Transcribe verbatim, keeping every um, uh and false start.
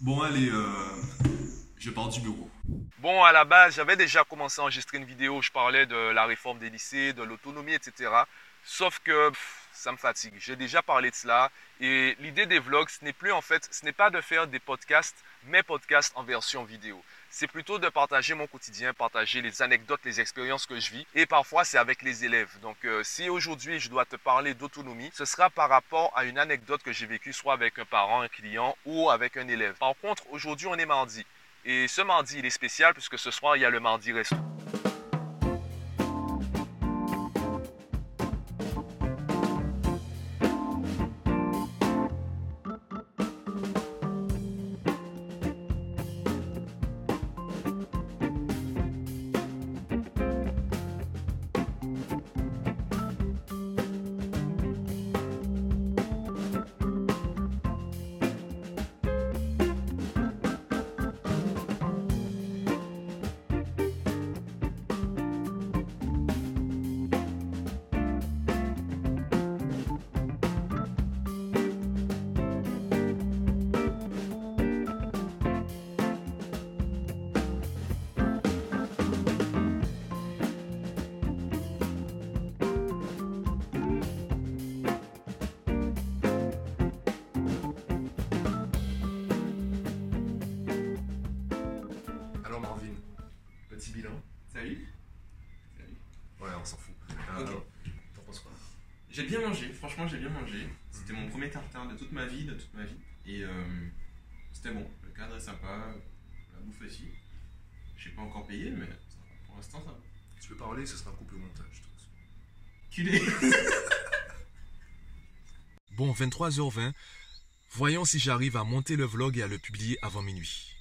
Bon, allez, euh, je pars du bureau. Bon, à la base, j'avais déjà commencé à enregistrer une vidéo où je parlais de la réforme des lycées, de l'autonomie, et cetera. Sauf que pff, ça me fatigue. J'ai déjà parlé de cela. Et l'idée des vlogs, ce n'est plus en fait, ce n'est pas de faire des podcasts, mais podcasts en version vidéo. C'est plutôt de partager mon quotidien, partager les anecdotes, les expériences que je vis. Et parfois, c'est avec les élèves. Donc, euh, si aujourd'hui, je dois te parler d'autonomie, ce sera par rapport à une anecdote que j'ai vécue, soit avec un parent, un client ou avec un élève. Par contre, aujourd'hui, on est mardi. Et ce mardi, il est spécial puisque ce soir, il y a le mardi resto. Alors Marvin, petit bilan. Salut. Salut. Ouais, on s'en fout. Euh, Ok. T'en penses quoi? J'ai bien mangé, franchement j'ai bien mangé. C'était mon premier tartare de toute ma vie, de toute ma vie. Et euh, c'était bon, le cadre est sympa, la bouffe aussi. J'ai pas encore payé, mais ça va. Pour l'instant ça va. Tu peux parler, ce sera coupé au montage. De toute façon. Culé. Bon, vingt-trois heures vingt. Voyons si j'arrive à monter le vlog et à le publier avant minuit.